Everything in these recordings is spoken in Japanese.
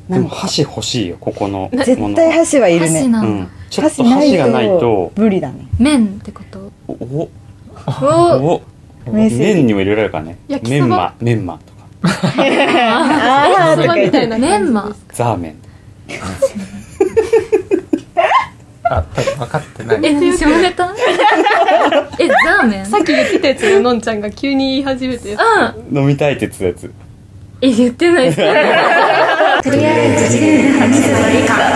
でも箸欲しいよここのもの。 絶対箸はいるね。 箸なんだ。 ちょっと箸がないと無理だね。 麺ってこと？ おお麺にも入れられるからね。 焼きそばメンマとかあーとか言ってみたいなメンマ。 ザーメン。 あ、多分分かってない。 下ネタ？ザーメン？ さっき言ってたやつののんちゃんが急に言い始めて飲みたいって言ってたやつ。 言ってないですか？とりあえず自分で話せばいいか。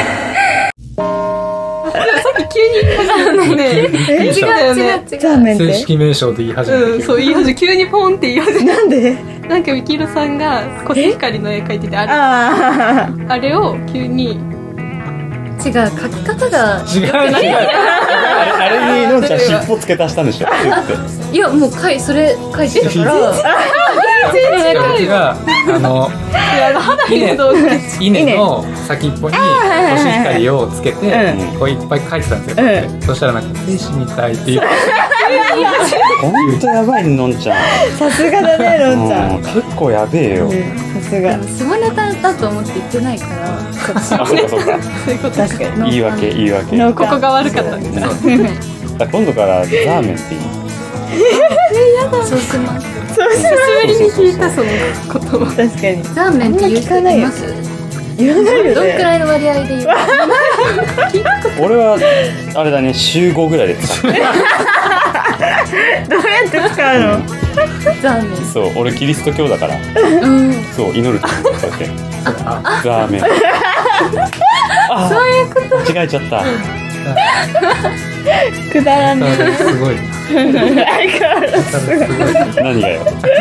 さっき急に言い始めてね。 違う。 ザーメンって正式名称で言い始めうん、そう言い始め急にポンって言い始めなんで？ て、なんかみきろさんがコシヒカリの絵描いててああれを急に違う、書き方が違うあれにのんちゃん尻尾つけ足したんでしょ。 いやもうそれ書いてたから違う肌にどう稲の先っぽにコシヒカリをつけてこういっぱい書いてたんですよ。そしたらなんか兵士みたいって言ってほんとやばいねのんちゃん。 ーさすがだねのんちゃん。 結構やべえよ。 さすが。 下ネタだと思って言ってないからあ、そうかそうか。 そういうこと確かに。 言い訳。 のここが悪かったんです今度からザーメンっていい。 そうします。 久しぶりに聞いたその言葉。 確かに。 ザーメンって言う人います？ 言わないよどんくね。 らいの割合で言う？ 俺はあれだね、週5ぐらいで使う。 どうやって使うの？ ザーメン。 そう、俺キリスト教だから。そう、祈るってこうやってザーメン。あ、そういうこと。間違えちゃった。 くだらねすごい。 相変わらず。 何がよ。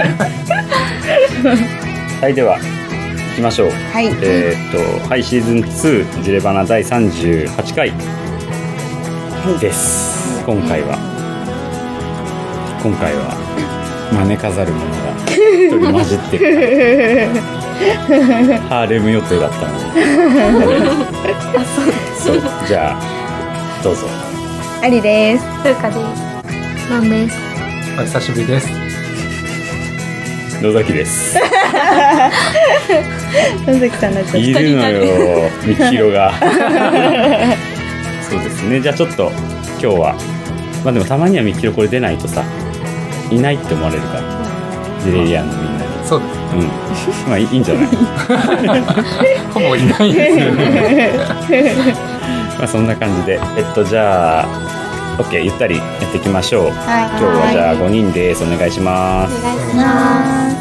はい、では行きましょう。 はい。 はい、シーズン2ジレバナ第38回です。今回は招かざる者が一人混じってる。ハーレム予定だったので。そう、じゃあどうぞ。 ありです。 ふうかです。 なんです。 お久しぶりです。 野崎です。 野崎さんになっちゃっいるのよ、みきひろが。そうですね。じゃあちょっと今日はまあでもたまにはみきひろこれ出ないとさ、いないって思われるから、ジレリアンのみんなに。 そうです。 まあいいんじゃない。 ほぼいないですよ。 まあそんな感じで、じゃあ OK、 ゆったりやっていきましょう。 はい。 今日はじゃあ5人です。お願いします。 お願いします。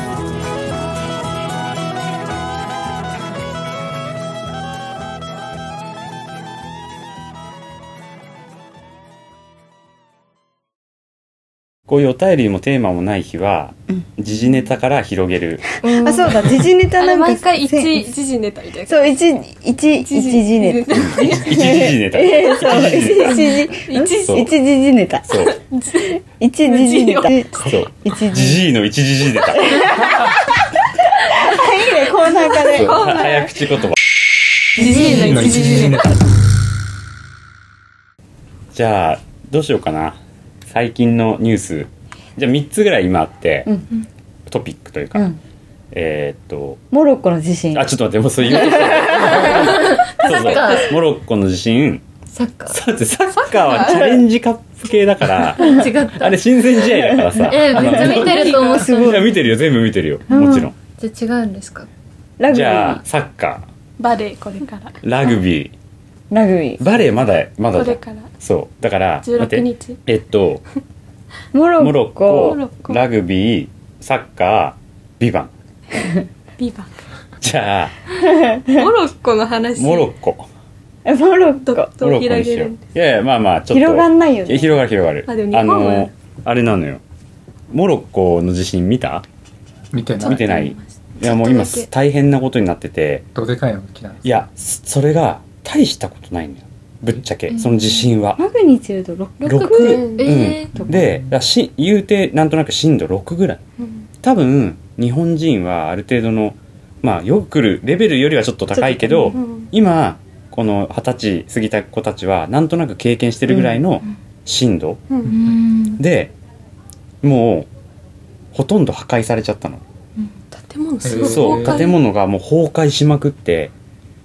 こういうお便りもテーマもない日は、時事ネタから広げる。 あ、そうだ。時事ネタなんか毎回一時事ネタみたいな。 そう、一時ネタ。 一時事ネタ。 そう、一時ネタ。 そう。 一時ネタ。 そう。ジジイの一時事ネタ。 いいね、コーナー化で。 そう、早口言葉。 じじいの一時ネタ。 じゃあどうしようかな。最近のニュースじゃあ3つぐらい今あって、トピックというか、 モロッコの地震。 あ、ちょっと待って、もうそう言おうとしたそうそう、モロッコの地震。 サッカー。 だってサッカーはチャレンジカップ系だから違った。 あれ親善試合だからさ。 めっちゃ見てると思う。すごい。 いや見てるよ、全部見てるよ、もちろん。 じゃあ違うんですか？ ラグビじゃあー。 サッカバレーこれから。 ー、ラグビー、 ラグビー。 バレーまだだこれから。 そうだから 16日。 モロモロッッコ。 コ、ラグビー、サッカー、ビバン。 ビバン。 じゃあモロッコの話。 モロッコ。 モロッコ。 どう広げるんですか？ いやいや、まあまあちょっと広がんないよね。 広がる。 あ、でも日本はあれなのよ。モロッコの地震見た？ 見てない。 見てない。いやもう今大変なことになってて。 どでかいの来たんです。 いや、それが大したことないのよ。ぶっちゃけその地震は。 マグニチュード6。 6。で、言うてなんとなく震度6ぐらい。多分日本人はある程度のまあよく来るレベルよりはちょっと高いけど、今この20歳過ぎた子たちはなんとなく経験してるぐらいの震度で、もうほとんど破壊されちゃったの。 建物すごいそう、建物がもう崩壊しまくって、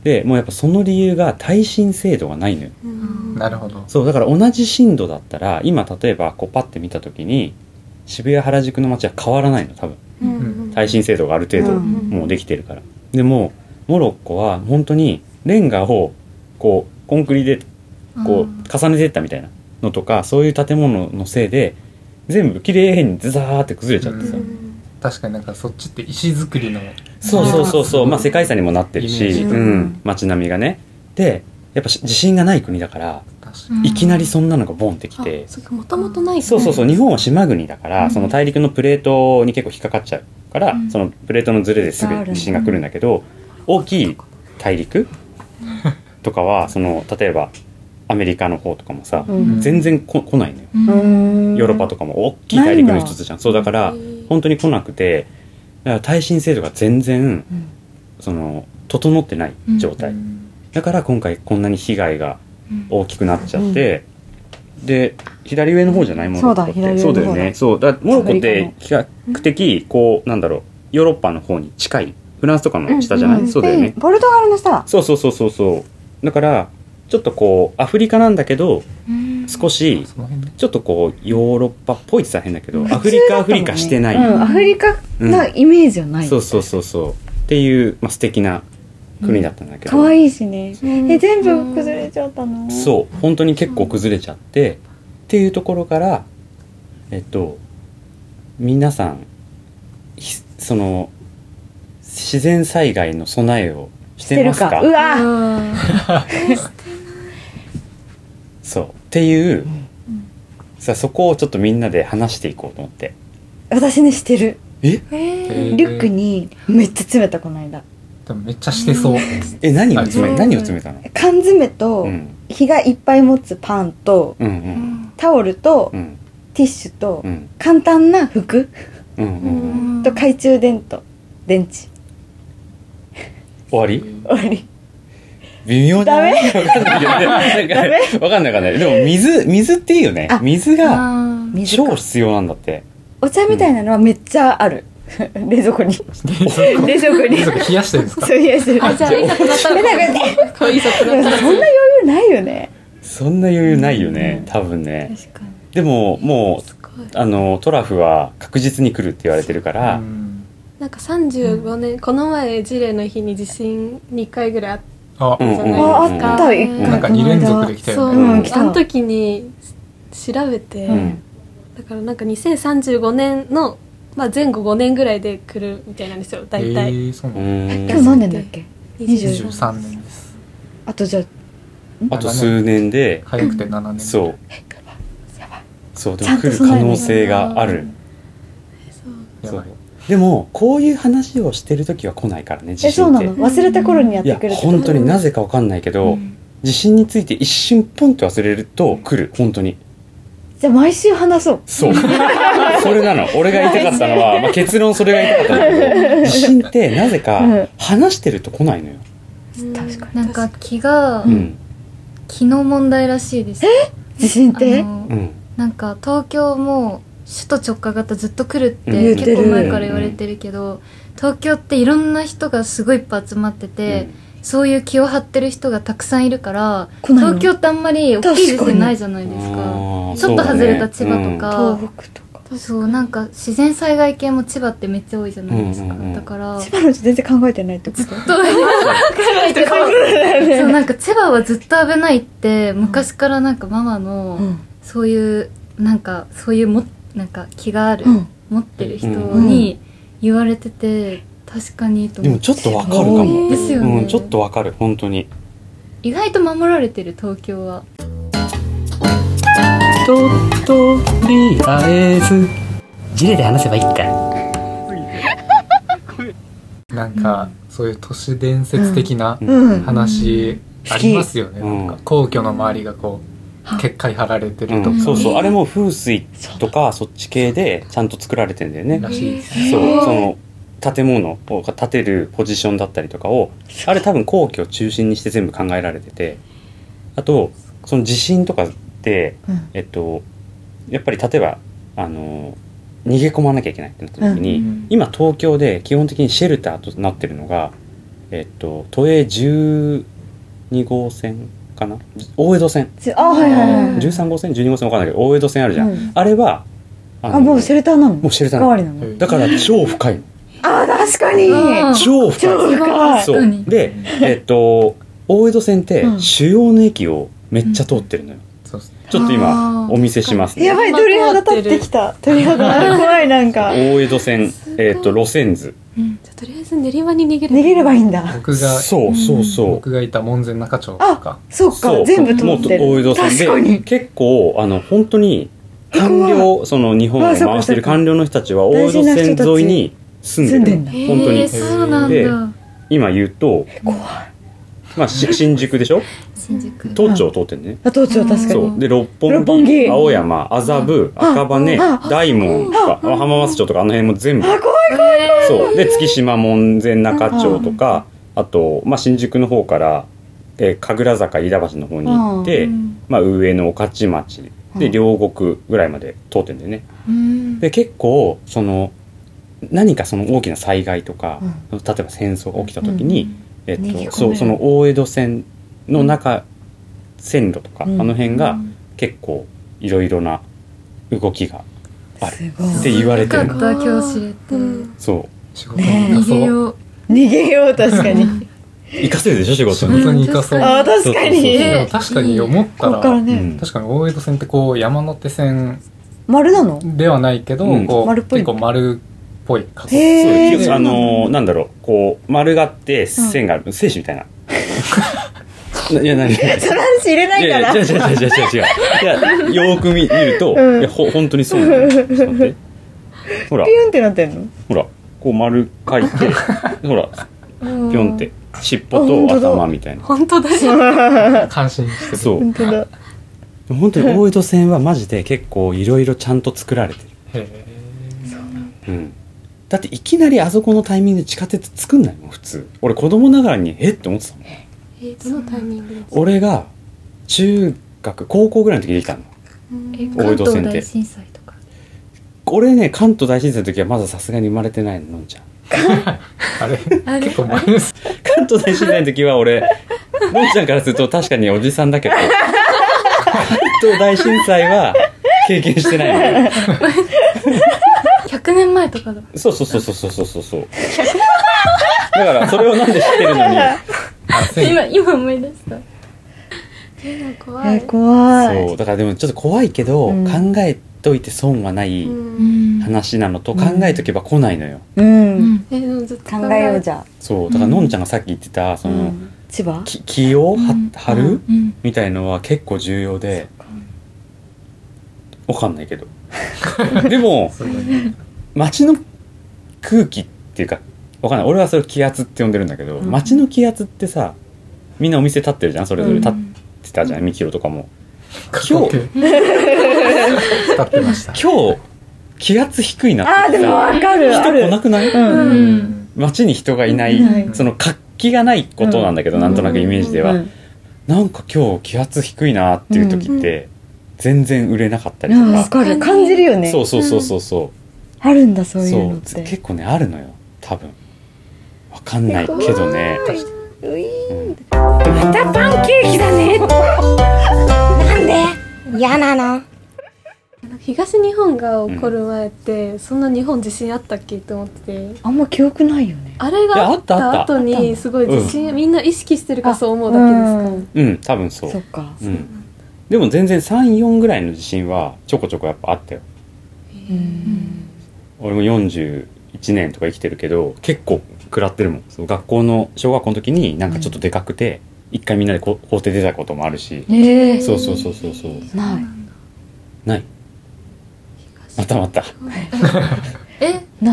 でもうやっぱその理由が耐震制度がないのよ。 なるほど。 そうだから同じ震度だったら今例えばこうパッて見た時に渋谷原宿の街は変わらないの多分、耐震制度がある程度もうできてるから、でもモロッコは本当にレンガをこうコンクリでこう重ねていったみたいなのとか、そういう建物のせいで全部きれいにズザーって崩れちゃってさ、 確かになんかそっちって石造りのそうまあ世界遺産にもなってるし、街並みがね。でやっぱ地震がない国だからいきなりそんなのがボンってきて、 もともとない。 そう日本は島国だから、その大陸のプレートに結構引っかかっちゃうから、そのプレートのズレですぐ地震が来るんだけど、大きい大陸とかはその例えばアメリカの方とかもさ、全然来ないのよ。ヨーロッパとかも大きい大陸の一つじゃん。そうだから本当に来なくて、だから耐震制度が全然、その整ってない状態、だから今回こんなに被害が大きくなっちゃって、で左上の方じゃないモロッコって。そうだよね。そうだモロッコって比較的こうなんだろう、ヨーロッパの方に近い、フランスとかの下じゃない、そうだよね。 ポルトガルの下。 そうだからちょっとこうアフリカなんだけど、少しちょっとこうヨーロッパっぽいって言ったら変だけど、アフリカしてない、 アフリカなイメージはない。 そうっていう、素敵な国だったんだけど、 可愛いしね。全部崩れちゃったの。 そう本当に結構崩れちゃって、っていうところから皆さんその自然災害の備えをしてますか？ うわそうっていう、さそこをちょっとみんなで話していこうと思って。 私ねしてる。 リュックにめっちゃ詰めたこの間。 でもめっちゃしてそう。 何を詰めたの？ 缶詰と、火がいっぱい持つパンと、タオルと、ティッシュと、簡単な服、と懐中電灯、電池。 終わり微妙だね。分かんない。でも水っていいよね。水が超必要なんだって。 お茶みたいなのはめっちゃある。冷蔵庫に冷蔵庫冷やしてるんですか？ そう冷やしてる。 じゃあいざとなったらこういざとなったらそんな余裕ないよね。 そんな余裕ないよね、多分ね。でももうトラフは確実に来るって言われてるから、 なんか35年、この前ジレの日に地震2回ぐらいあったじゃないですか。 あった1回。 なんか2連続で来たよね。 あの時に調べて、だからなんか2035年の前後5年ぐらいで来るみたいなんですよ、大体。 そう今日何年だっけ ？23年です。 あとじゃあと数年で早くて7年。 そうでも来る可能性がある。そうでもこういう話をしてる時は来ないからね、地震って。 そうなの？忘れた頃にやってくるってこと？ 本当になぜか分かんないけど、地震について一瞬ポンって忘れると来る、本当に。 じゃあ毎週話そう。 そうそれなの。俺が言いたかったのは、結論それが言いたかったんだけど、地震ってなぜか話してると来ないのよ。 確かに。 なんか気が、気の問題らしいです。 地震ってなんか東京も首都直下型ずっと来るって結構前から言われてるけど、東京っていろんな人がすごいいっぱい集まってて、そういう気を張ってる人がたくさんいるから、東京ってあんまり大きい地震ないじゃないですか。ちょっと外れた千葉とか、 東北とか。 そうなんか自然災害系も千葉ってめっちゃ多いじゃないですか。だから千葉の人全然考えてないってこと？ そうなんか千葉はずっと危ないって昔からなんかママのそういうなんかそういうなんか気がある、持ってる人に言われてて、確かにと思って。 でもちょっとわかるかも。 ですよね。 ちょっとわかる、本当に。 意外と守られてる東京は。 とりあえずジレで話せばいいか。 なんかそういう都市伝説的な話ありますよね。なんか皇居の周りがこう結界張られてるとか、 そうあれも風水とかそっち系でちゃんと作られてるんだよね。 らしいですね。 そうその建物を建てるポジションだったりとかを、あれ多分皇居を中心にして全部考えられてて、あとその地震とかで、やっぱり例えば逃げ込まなきゃいけないってなった時に、今東京で基本的にシェルターとなってるのが都営12号線かな、大江戸線、 はいはいはい、 13号線12号線分かんないけど大江戸線あるじゃん、あれはもうシェルターなの、 もうシェルターなの、だから超深いの。 確かに超深い。そうで大江戸線って主要の駅をめっちゃ通ってるのよ。ちょっと今お見せしますね。 やばい、鳥肌立ってきた。鳥肌怖い、なんか大江戸線路線図。 じゃとりあえず練馬に逃げればいいんだ。 僕が僕がいた門前仲町とか、 そうか、全部通ってる。 大江戸線で結構本当に官僚、その日本を回してる官僚の人たちは大江戸線沿いに住んでる。本当に。 そうなんだ。 今言うと新宿でしょ。都庁通ってんね。 都庁、確かに。 そうで六本木、青山、麻布、赤羽、大門とか浜松町とかあの辺も全部。 怖い怖い。 そうで月島門前仲町とか、あと新宿の方から神楽坂飯田橋の方に行って、上野御徒町で両国ぐらいまで通ってんだよね。で結構何かその大きな災害とか、例えば戦争が起きた時に、その大江戸線の中、線路とか、あの辺が結構いろいろな動きがあるって言われてる。 よかった、今日知れて。 そう逃げよう、確かに生かせるでしょ、仕事に。 仕事に生かそう。 確かに。 確かに思ったら、確かに大江戸線ってこう山手線丸なのではないけど、結構丸っぽい形。 なんだろう、こう丸があって線がある、精子みたいな。いや、何その話入れないから。 違う。いや、よーく見ると、本当にそうなの。ほら。 ピュンってなってんの？ ほら、こう丸書いて、ほら、ピョンって、尻尾と頭みたいな。 本当だ。 感心してる。 そう。 本当だ。 本当に大江戸線はマジで結構いろいろちゃんと作られてる。へえ。だっていきなりあそこのタイミングで地下鉄作んないもん、普通。俺子供ながらにって思ってたもん。 どのタイミングですか？ 俺が中学高校ぐらいの時にできたの。 大江戸線って。関東大震災とか。 俺ね、関東大震災の時はまださすがに生まれてないの、のんちゃん。 あれ結構前です。 関東大震災の時は俺、のんちゃんからすると確かにおじさんだけど、関東大震災は経験してないの。 100年前とかだ。 そう。だからそれをなんで知ってるのに。 今思い出した。 怖い。 そう、だからでもちょっと怖いけど、考えといて損はない話なのと、考えとけば来ないのよ。 考えようじゃ。 そう、だからのんちゃんがさっき言ってたその千葉気を張るみたいのは結構重要で、わかんないけど。でも街の空気っていうかわかんない。俺はそれを気圧って呼んでるんだけど、街の気圧ってさ、みんなお店立ってるじゃん、それぞれ立ってたじゃん、ミキロとかも。今日立ってました。 今日気圧低いなって。 でもわかる。 人来なくない？街に人がいない、その活気がないことなんだけど、なんとなくイメージでは、なんか今日気圧低いなっていう時って、全然売れなかったりとか。 わかる。感じるよね。 そう。 あるんだ、そういうのって。 結構ね、あるのよ、多分。わかんないけどね。 またパンケーキだね。なんで？嫌なの。 東日本が起こる前って、そんな日本地震あったっけって思ってて、 あんま記憶ないよね。 あれがあった後にすごい地震、みんな意識してるかそう思うだけですか？ 多分そう。 そっか。 でも全然3、4ぐらいの地震はちょこちょこやっぱあったよ。俺も41年とか生きてるけど、結構食らってるもん。小学校の時になんかちょっとでかくて、一回みんなで校庭出たこともあるし。そう。ない。またない。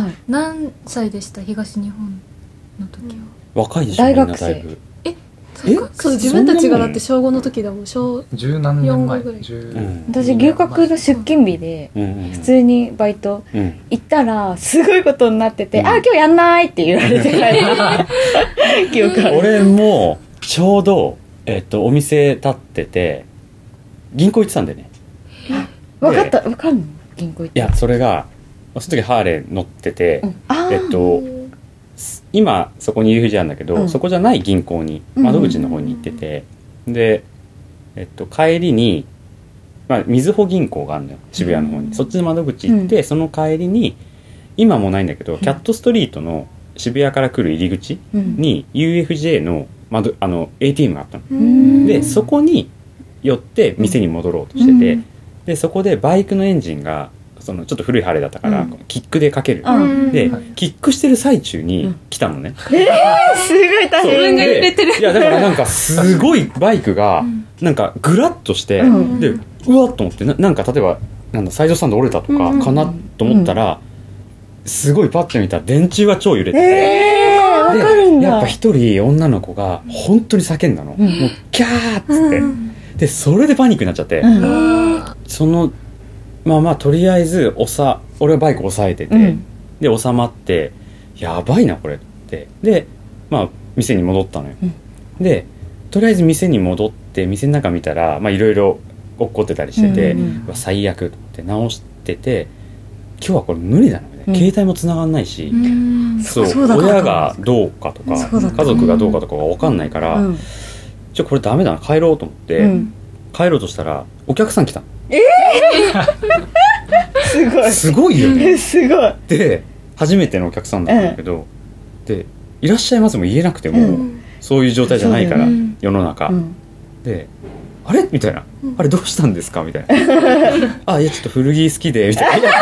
何歳でした？東日本の時は。 若いでしょ、みんなだいぶ。 そう、自分たちがだって小5の時だもん。 十何年前ぐらい。 私牛角の出勤日で普通にバイト行ったらすごいことになってて、今日やんないって言われて記憶ある。 俺もちょうどお店立ってて銀行行ってたんだよね。 わかるの？銀行行って。 いや、それがその時ハーレー乗ってて、 今そこに UFJ あるんだけど、そこじゃない銀行に窓口の方に行ってて、で、帰りに、みずほ銀行があるのよ、渋谷の方に。そっちの窓口行って、その帰りに今もうないんだけど、キャットストリートの渋谷から来る入り口に UFJ のATM があったの。でそこに寄って店に戻ろうとしてて、でそこでバイクのエンジンがちょっと古いハーレーだったから、キックでかける、でキックしてる最中に来たのね。 すごい大変。自分が揺れてる。 いやだからなんかすごいバイクがなんかグラッとして、でうわっと思って、なんか例えばサイドスタンド折れたとかかなと思ったら、すごいパッて見たら電柱が超揺れてて、 わかるんだ。 やっぱ一人女の子が本当に叫んだの、もうキャーっつって、でそれでパニックになっちゃって、とりあえず俺はバイク押さえてて、で収まって、やばいなこれって、で店に戻ったのよ、でとりあえず店に戻って店の中見たらいろいろ落っこってたりしてて、最悪って直してて、今日はこれ無理だな、携帯も繋がんないし、親がどうかとか家族がどうかとかが分かんないから、これダメだな、帰ろうと思って、帰ろうとしたらお客さん来たの。すごいよね。 すごい。 で初めてのお客さんだったんだけど、でいらっしゃいますも言えなくても、そういう状態じゃないから、世の中、であれみたいな、あれどうしたんですかみたいなあ、いやちょっと古着好きでみたいな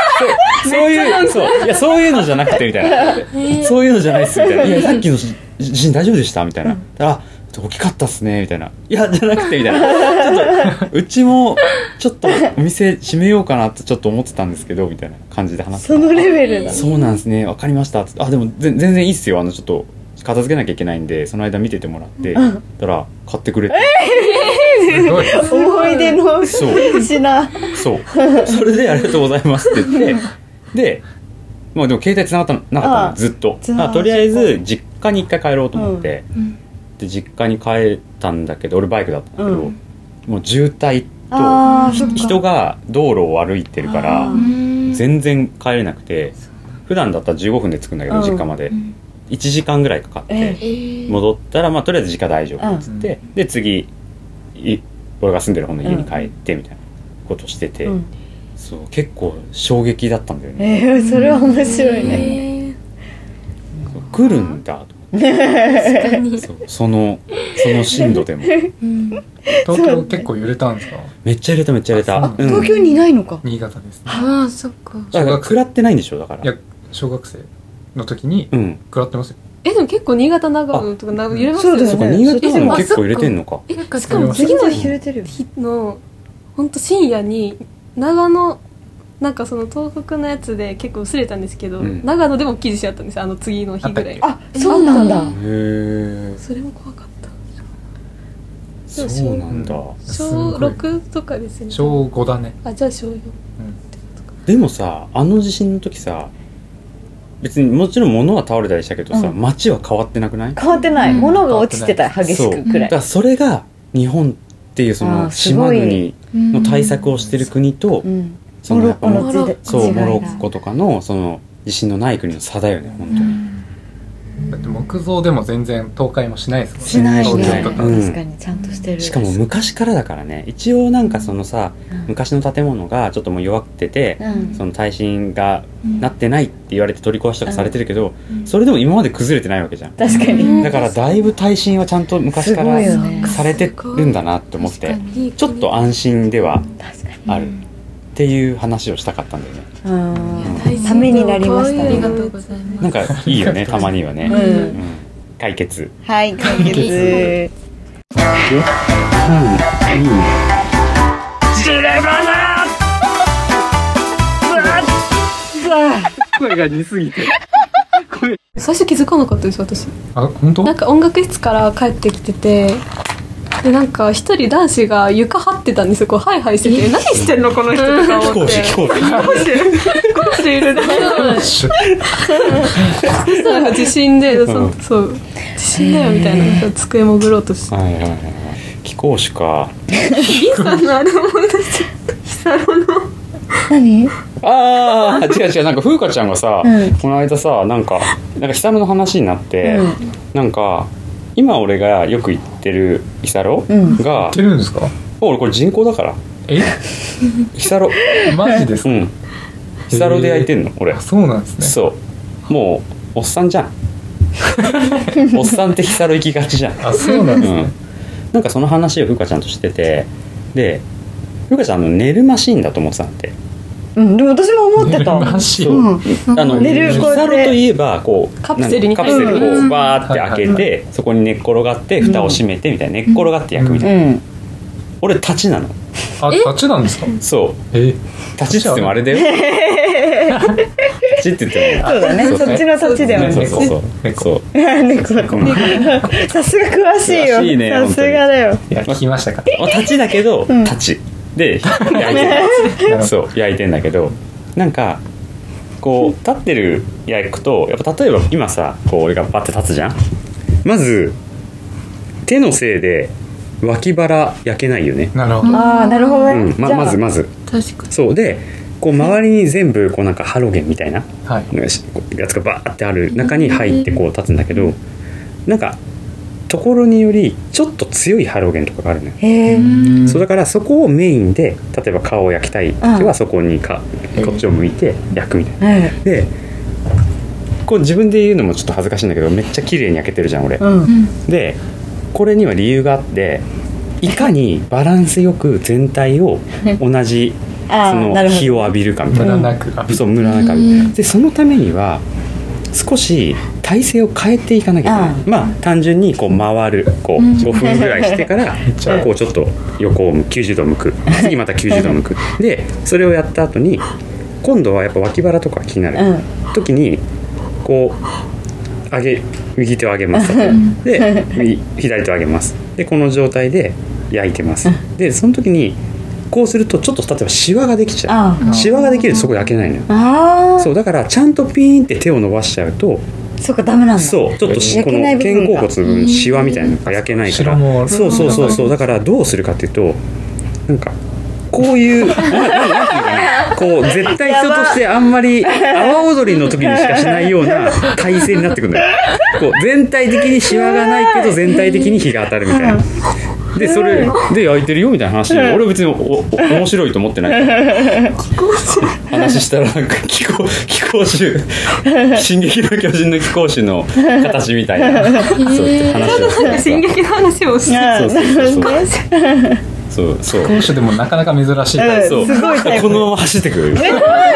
そういうのじゃなくてみたいな、そういうのじゃないっすみたいな、いやさっきの地震大丈夫でしたみたいな、あ大きかったっすねみたいな、いやじゃなくてみたいな、ちょっとうちもちょっとお店閉めようかなってちょっと思ってたんですけどみたいな感じで話して、 そのレベルだ。 そうなんですね、わかりましたって、あでも全然いいっすよ、ちょっと片付けなきゃいけないんでその間見ててもらって、たら買ってくれて、 すごい思い出の品。 そうそれでありがとうございますって言ってでも携帯繋がってなかったのずっと。とりあえず実家に一回帰ろうと思って、で実家に帰ったんだけど、俺バイクだったんだけど、もう渋滞と人が道路を歩いてるから全然帰れなくて、普段だったら15分で着くんだけど、実家まで1時間ぐらいかかって戻ったら、とりあえず実家大丈夫っつって、で次俺が住んでる方の家に帰ってみたいなことしてて、そう結構衝撃だったんだよね。 それは面白いね。 来るんだとその震度でも東京結構揺れたんですか？ めっちゃ揺れためっちゃ揺れた。 東京にいないのか。 新潟ですね。 ああそっか。 だから食らってないんでしょ。だからいや小学生の時に食らってますよ。 でも結構新潟長野とか揺れますよね。 そうか、新潟も結構揺れてんのか。 しかも次の日の本当深夜に長野なんかその東北のやつで結構薄れたんですけど、長野でも大きい地震あったんですよ、次の日ぐらい。 あ、そうなんだ。 へえ。 それも怖かった。 そうなんだ。 小6とかですね。 小5だね。 あ、じゃあ小4。 でもさ、地震の時さ、別にもちろん物は倒れたりしたけどさ、街は変わってなくない？ 変わってない。物が落ちてた激しくくらい。 だからそれが日本っていうその島国の対策をしてる国と、そのやっぱモロッコとかのその地震のない国の差だよね、本当に。 だって木造でも全然倒壊もしないですもんね。 しないしない。 確かにちゃんとしてる。 しかも昔からだからね。一応なんかそのさ、昔の建物がちょっともう弱ってて、その耐震がなってないって言われて取り壊しとかされてるけど、それでも今まで崩れてないわけじゃん。 確かに。 だからだいぶ耐震はちゃんと昔からされてるんだなって思って、ちょっと安心ではあるっていう話をしたかったんだよね。 ためになりましたね。 ありがとうございます。 なんかいいよね、たまにはね。解決。 はい、解決。 声が似すぎて。 最初気づかなかったです、私。 あ、本当？ なんか音楽室から帰ってきてて、でなんか一人男子が床張ってたんですよ。こうハイハイしてて、何してんのこの人とか思って。 飛行士いるね。そしたら地震で、そう地震だよみたいな、机潜ろうとして。 貴公子か。 リサのあれ思い出しちゃった。ヒサロの何？ ああ、違う、なんか風花ちゃんがさ、この間さ、なんかヒサロの話になって、なんか今俺がよく行ってるヒサロが、 行ってるんですか？ 俺これ人工だから。ヒサロマジですか？ ヒサロで焼いてんの俺。 そうなんですね。 そうもうおっさんじゃんおっさんってヒサロ行きがちじゃん。 あ、そうなんですね。 なんかその話を風花ちゃんとしてて、で風花ちゃん寝るマシーンだと思ってたんで。 でも私も思ってた。 寝るマシーン。 寝るヒサロといえばこうカプセルこうバーって開けて、そこに寝っ転がって蓋を閉めてみたいな、寝っ転がって焼くみたいな。俺立ちなの。 あ、立ちなんですか？ そう。立ちって言ってもあれだよ。立ちって言っても。 そうだね。そっちの立ちではね。 そう。 猫。さすが詳しいよ。さすがだよ。 いや、聞きましたか？ 立ちだけど立ちで焼いてる。そう焼いてんだけど、なんかこう立ってる焼くとやっぱ例えば今さ、こう俺がバッて立つじゃん。まず手のせいで脇腹焼けないよね。 なるほど。 なるほどね。 まず確かに。 そうで、こう周りに全部こうなんかハロゲンみたいなやつがバーってある中に入ってこう立つんだけど、なんかところによりちょっと強いハロゲンとかがあるのよ。そうだからそこをメインで、例えば顔を焼きたい時はそこにこっちを向いて焼くみたいな。でこう自分で言うのもちょっと恥ずかしいんだけど、めっちゃ綺麗に焼けてるじゃん俺。でこれには理由があって、いかにバランスよく全体を同じその日を浴びるかみたいな。 ムラなくムラなくで、そのためには少し体勢を変えていかなきゃいけない。まあ単純にこう回る、こう5分ぐらいしてからこうちょっと横を90度向く、次また90度向くで、それをやった後に今度はやっぱ脇腹とか気になる時にこう右手を上げますで左手を上げます。でこの状態で焼いてます。でその時にこうするとちょっと例えばシワができちゃう。シワができるとそこ焼けないのよ。そうだからちゃんとピーンって手を伸ばしちゃうと、 そうかダメなんだ。 そうちょっとこの肩甲骨のシワみたいなのが焼けないから、そうだからどうするかっていうと、なんかこういうなんていうかな、こう絶対人としてあんまり阿波踊りの時にしかしないような体勢になってくるんだよ。こう全体的にシワがないけど全体的に日が当たるみたいな。でそれで焼いてるよみたいな話、俺は別に面白いと思ってない話したら、なんか気候種進撃の巨人の気候種の形みたいなそうって話をして進撃の話をしてそう気候種でもなかなか珍しいから、 そうこのまま走ってくる。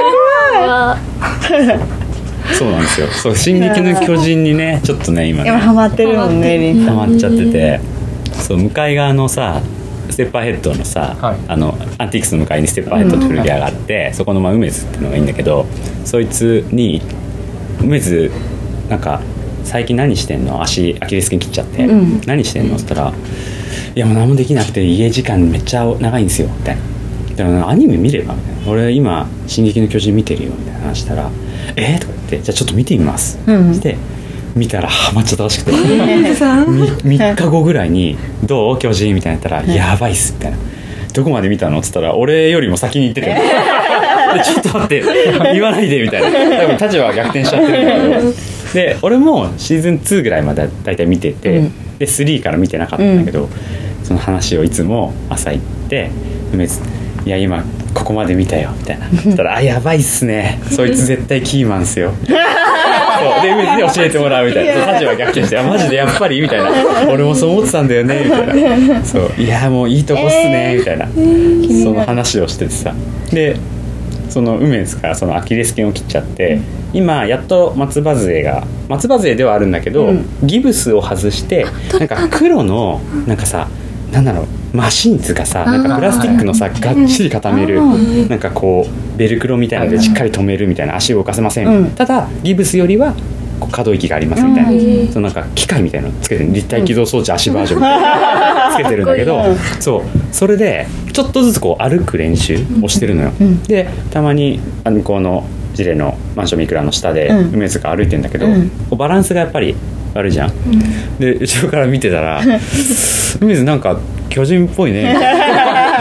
そうなんですよ。そう進撃の巨人にねちょっとね今ハマってるもんね。 ハマっちゃってて、そう向かい側のさステッパーヘッドのさ、アンティークスの向かいにステッパーヘッドって古着屋があって、そこの梅津っていうのがいいんだけど、そいつに梅津なんか最近何してんの、アキレス腱切っちゃって、何してんのって言ったら、いやもう何もできなくて家時間めっちゃ長いんですよみたいな。だからアニメ見ればみたいな、俺今進撃の巨人見てるよみたいな話したら、とか言って、じゃあちょっと見てみます、して見たらハマっちゃったらしくて、3日後ぐらいにどう巨人みたいな言ったら、やばいっすみたいな。どこまで見たのって言ったら、俺よりも先に行っててちょっと待って言わないでみたいな。多分立場は逆転しちゃってるんだけど、で俺もシーズン2ぐらいまでだいたい見てて、で3から見てなかったんだけど、その話をいつも朝行って、いや今ここまで見たよみたいなそしたら、あやばいっすね、そいつ絶対キーマンっすよそうで教えてもらうみたいな。立場逆転して、マジでやっぱりみたいな、俺もそう思ってたんだよねみたいな。そういやもういいとこっすねみたいな、その話をしててさ、でその梅津がそのアキレス腱を切っちゃって、今やっと松葉杖ではあるんだけど、ギブスを外してなんか黒のなんかさ、なんだろう、マシンつがさ、なんかプラスチックのさがっちり固める、なんかこうベルクロみたいなのでしっかり止めるみたいな、足を動かせません、ただギブスよりは可動域がありますみたいな、そのなんか機械みたいなのつけてる、立体起動装置足バージョンみたいなつけてるんだけど、それでちょっとずつこう歩く練習をしてるのよ、でたまに向こうのジレのマンションミクラの下で梅津が歩いてんだけど、バランスがやっぱり悪いじゃん、で後ろから見てたら梅津なんか巨人っぽいね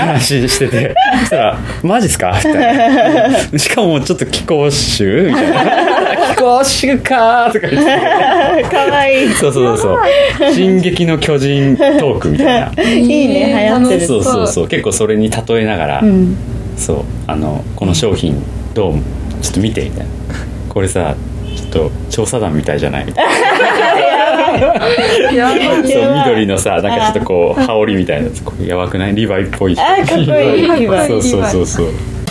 話しててそしたら「マジっすか?」みたいなしかもちょっと貴公衆みたいな「貴公衆か」とか言ってかわいい。 そう「進撃の巨人トーク」みたいないいね、流行ってる。 そう結構それに例えながら、そうこの商品どうちょっと見てみたいな、これさちょっと調査団みたいじゃないみたいなそう緑のさなんかちょっとこう羽織みたいなやつ、これやばくない？リヴァイっぽいし、 かっこいい。リヴァイ。 そう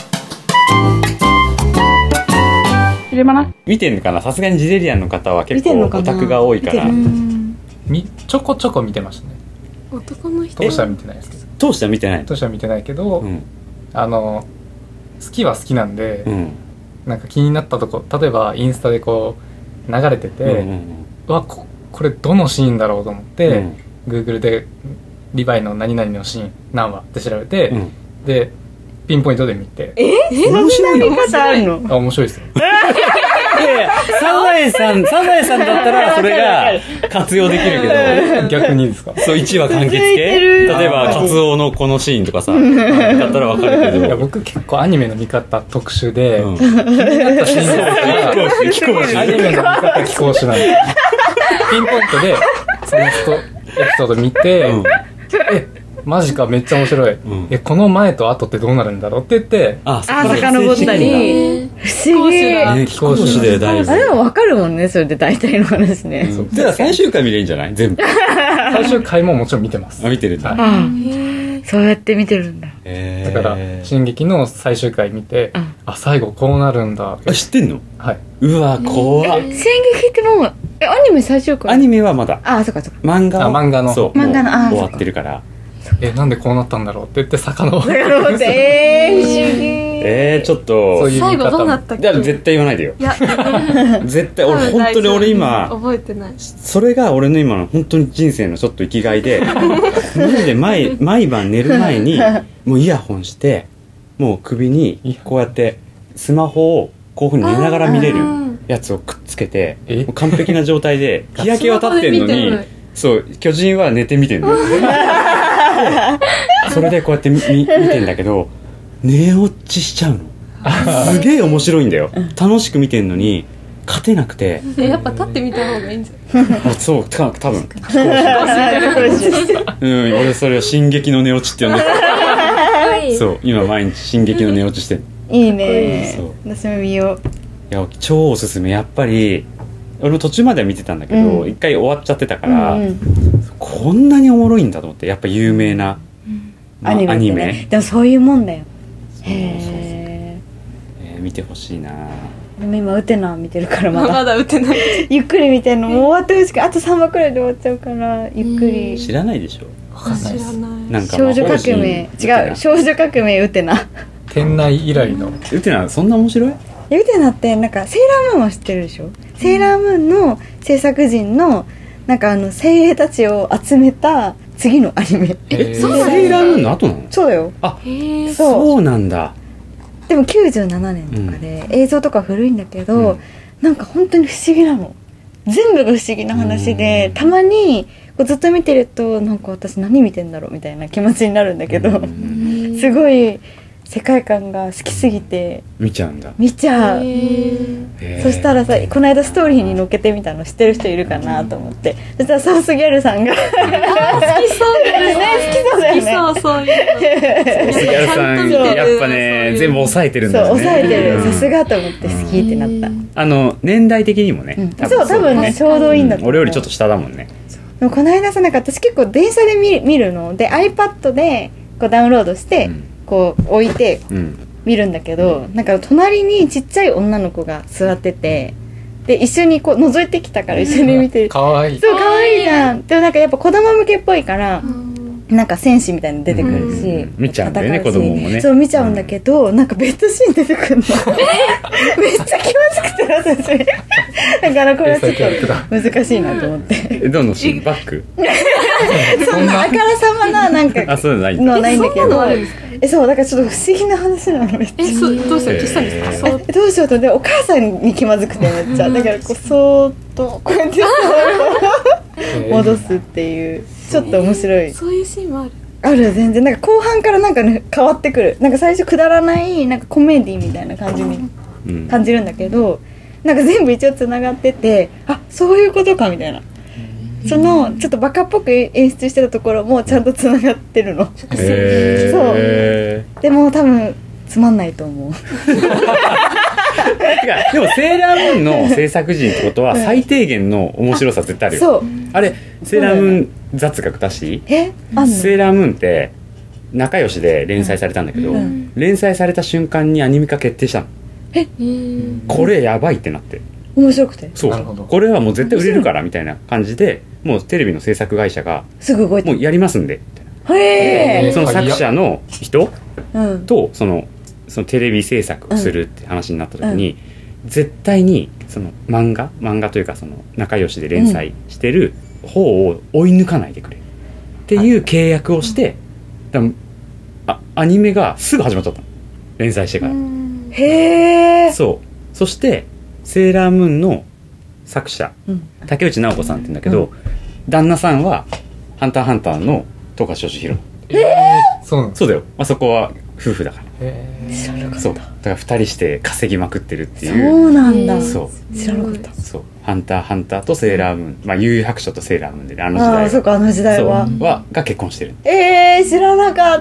見てんのかな、さすがにジレリアンの方は結構オタクが多いからちょこちょこ見てましたね。 男の人当社は見てないですけど、 当社は見てないけど、好きは好きなんで、なんか気になったとこ、例えばインスタでこう流れてて、これどのシーンだろうと思って、Google でリヴァイの何々のシーン何話って調べて、でピンポイントで見て、 そんな見方あるの？ 面白いですよ。 サザエさんだったらそれが活用できるけど逆にですか？ そう1話完結系、例えばカツオのこのシーンとかさだったら分かるけど、 いや僕結構アニメの見方特殊で、気になったシーンがアニメの見方貴公子なんでピンポイントでそのエピソード見て、マジかめっちゃ面白い、この前と後ってどうなるんだろうって言って、 遡ったり、不思議。 貴公子でだいぶあれは分かるもんね、それで大体の話ね。 じゃあ最終回見ればいいんじゃない？全部最終回ももちろん見てます。 見てるんだ。 そうやって見てるんだ。 だから進撃の最終回見て、最後こうなるんだ。 知ってんの？ はい。 うわ怖っ。 進撃ってもうアニメ最終回？ アニメはまだ。 そうか漫画の終わってるから。 なんでこうなったんだろうって言って遡って。 不思議。 ちょっと最後どうなったっけ？ 絶対言わないでよ。 いや絶対本当に俺今覚えてない。 それが俺の今の本当に人生のちょっと生きがいで、マジで毎晩寝る前にもうイヤホンして、もう首にこうやってスマホをこういう風に寝ながら見れるやつをくっつけて、もう完璧な状態で日焼けは立ってんのに、そう巨人は寝て見てんのよ。それでこうやって見てんだけど寝落ちしちゃうの。すげえ面白いんだよ。楽しく見てんのに勝てなくて。 やっぱ立ってみた方がいいんじゃない？ そう多分俺それを進撃の寝落ちって呼んでた。そう今毎日進撃の寝落ちしてる。 いいね。私も見よう。 いや超おすすめ。やっぱり俺も途中までは見てたんだけど、一回終わっちゃってたから、こんなにおもろいんだと思って。やっぱ有名なアニメ。でもそういうもんだよ。 見てほしいな。 でも今ウテナ見てるからまだウテナゆっくり見てんの。もう終わってほしく、あと3話くらいで終わっちゃうからゆっくり。 知らないでしょ？ 知らない。 なんか少女革命少女革命ウテナ。 店内以来のウテナそんな面白い？ ウテナってなんかセーラームーンは知ってるでしょ？セーラームーンの制作人のなんか精鋭たちを集めた次のアニメ。 そうなの？セーラームーンの後なの？ そうだよ。 そうなんだ。 でも97年とかで、映像とか古いんだけど、なんか本当に不思議なの。全部が不思議な話で、たまにこうずっと見てるとなんか私何見てんだろうみたいな気持ちになるんだけど、すごい世界観が好きすぎて見ちゃうんだ。 見ちゃう。そしたらさ、この間ストーリーに載っけてみたの知ってる人いるかなと思って、そしたらサウスギャルさんが好きそうだよね。好きそうだよね。 そういうサウスギャルさんやっぱね全部抑えてるんだよね。 そう抑えてる。さすがと思って好きってなった。 年代的にもね、 そう多分ねちょうどいいんだと思う。 俺よりちょっと下だもんね。 でもこの間さ、なんか私結構電車で見るので iPad でこうダウンロードしてこう置いて見るんだけど、なんか隣にちっちゃい女の子が座ってて、で一緒にこう覗いてきたから一緒に見てる。 かわいい。 そうかわいいじゃん。でもなんかやっぱ子供向けっぽいからなんか戦士みたいなの出てくるし、 見ちゃうんだよね子供もね。 そう見ちゃうんだけど、なんかベッドシーン出てくるのめっちゃ気まずくて私だからこれはちょっと難しいなと思ってどのシーン？バックそんなあからさまななんかそういうのないのはないんだけど、そうだからちょっと不思議な話なのめっちゃ。 どうした消したんですか？ どうしようと。でお母さんに気まずくてめっちゃだからこうそーっとこうやって戻すっていうちょっと面白い。 そういうシーンもある全然なんか後半からなんかね変わってくる。なんか最初くだらないなんかコメディみたいな感じに感じるんだけど、なんか全部一応つながってて、あ、そういうことかみたいな。そのちょっとバカっぽく演出してたところもちゃんとつながってるの。そう。でも多分つまんないと思う。 でもセーラームーンの制作陣ってことは最低限の面白さ絶対あるよ。 そう。 あれセーラームーン雑学出していい？ あんの？ セーラームーンって仲良しで連載されたんだけど、連載された瞬間にアニメ化決定したの。これやばいってなって。 面白くて。 そう。これはもう絶対売れるからみたいな感じで、もうテレビの制作会社がすぐ動いてもうやりますんでみたいな。 へえ。 その作者の人とそのテレビ制作をするって話になった時に、絶対にその漫画というかその仲良しで連載してる方を追い抜かないでくれっていう契約をして、アニメがすぐ始まっちゃったの、連載してから。 へえ。 そう。そしてセーラームーンの作者、竹内直子さんって言うんだけど、旦那さんはハンターハンターの富樫義弘。そうだよ。まあ、そこは夫婦だから。 知らなかった。 そうだから2人して稼ぎまくってるっていう。 そうなんだ。 そう知らなかった。 そう。ハンターハンターとセーラームーン、まあ幽遊白書とセーラームーンで、あの時代は。 そうか、あの時代はが結婚してる。 知らなかった。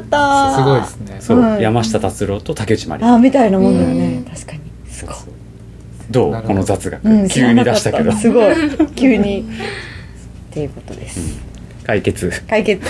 すごいですね。 そう、山下達郎と竹内まり。 みたいなもんだよね。確かに。すごい。 どうこの雑学、急に出したけど。 すごい急にっていうことです。 解決。 とりあえず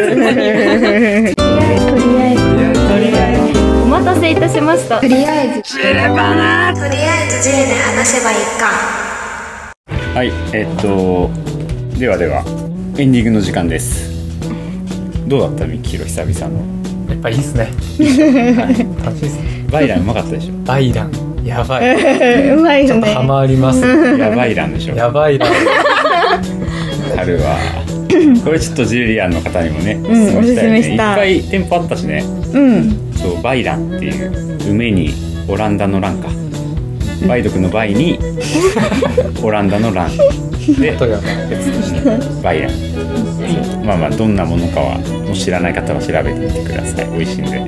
お待たせいたしました。 とりあえず J で話せばいいか。 はい、ではエンディングの時間です。どうだったミキヒロ、久々の。 やっぱいいっすね。はい、楽しいっすね。 バイランうまかったでしょ。 バイランやばい。 うまいよね。 ちょっとハマります。 やばいランでしょ。 やばいラン。 あるわ。これちょっとジュリアンの方にもね、 おすすめした。 いっぱい店舗あったしね。そうバイランっていう梅にオランダのランか。梅毒の梅にオランダのランで別としてバイラン。まあどんなものかはもし知らない方は調べてみてください。美味しいんで。はい。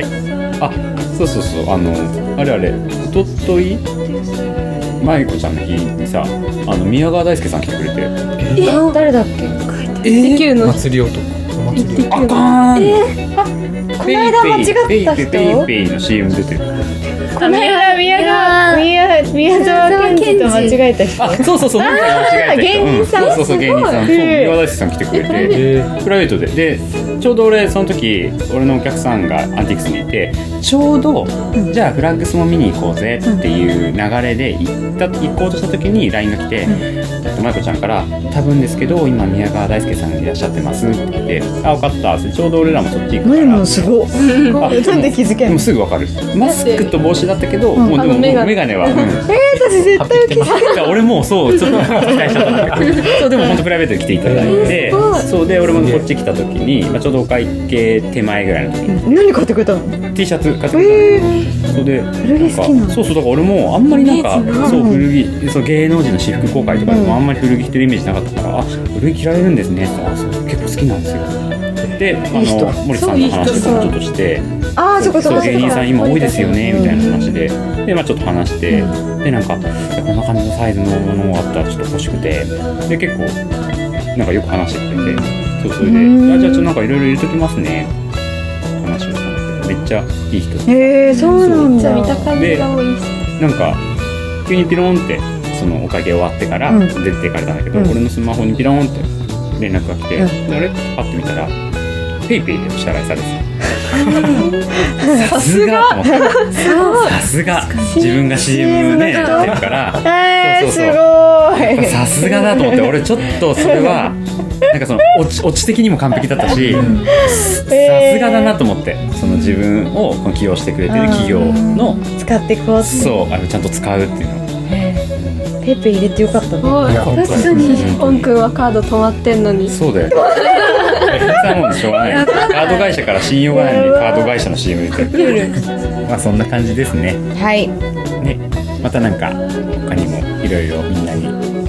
あ、そうあれおととい舞子ちゃんの日にさ、宮川大輔さん来てくれて。 誰だっけ？ できるの祭り男。 あかーん。 この間間違った人？ ペイペイの CM 出てる。 この間宮沢賢治と間違えた人。 そうなんか間違えた人。 芸人さん。 そう芸人さん。そう宮川大輔さん来てくれて、プライベートでちょうど俺その時俺のお客さんがアンティークスにいて、ちょうどじゃあフラッグスも見に行こうぜっていう流れで行こうとした時に LINE が来て、舞子ちゃんから多分ですけど今宮川大輔さんがいらっしゃってますって言って、あ、分かったって、ちょうど俺らもそっち行くから。 すごい。なんで気づけんの？ もうすぐ分かる。マスクと帽子だったけど、もうでもメガネは。 私絶対気づけ俺もそうちょっと期待しちゃったんだけど、そうでも本当プライベートで来ていただいて、そうで俺もこっち来た時に、ちょうどお会計手前ぐらいの時に何買ってくれたの ？T シャツ買ってくれたの。そうで古着好きなの？ そうだから俺もあんまりなんかそう古着、そう芸能人の私服公開とかでもあんまり古着着てるイメージなかったから、あ、古着着られるんですねって、あ、そう結構好きなんですよ。で森さんの話とかもちょっとして、そう芸人さん今多いですよねみたいな話で、ちょっと話して、でなんかこんな感じのサイズのものがあったらちょっと欲しくて、で結構なんかよく話してくれて、そうそれでじゃあちょっとなんかいろいろ入れときますね話をしたんだけど、めっちゃいい人。 そうなんだ。 見た感じが多いし、 なんか急にピロンってそのおかげ終わってから出ていかれたんだけど、俺のスマホにピロンって連絡が来て、あれパッて見たらペイペイでお支払いされてた。さすがと思って、さすが自分が CM ねやってるから、そうさすがだと思って、俺ちょっとそれはなんかそのオチ的にも完璧だったし、さすがだなと思って、その自分をこの起用してくれてる企業の使っていこうって、 そうちゃんと使うっていうの。 ペイペイ入れてよかったね。 確かにオンくんはカード止まってんのに。 そうだよ。そんなもんしょうがない。カード会社から信用がないのにカード会社の CM 出てる。そんな感じですね。 はい。 ね、またなんか他にもいろいろみんなに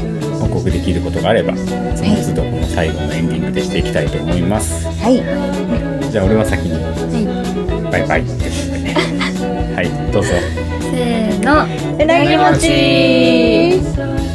告できることがあればその都度この最後のエンディングでしていきたいと思います。 はい。 じゃあ俺は先に、バイバイってことではい、どうぞ。 せーの、 うなぎもちー。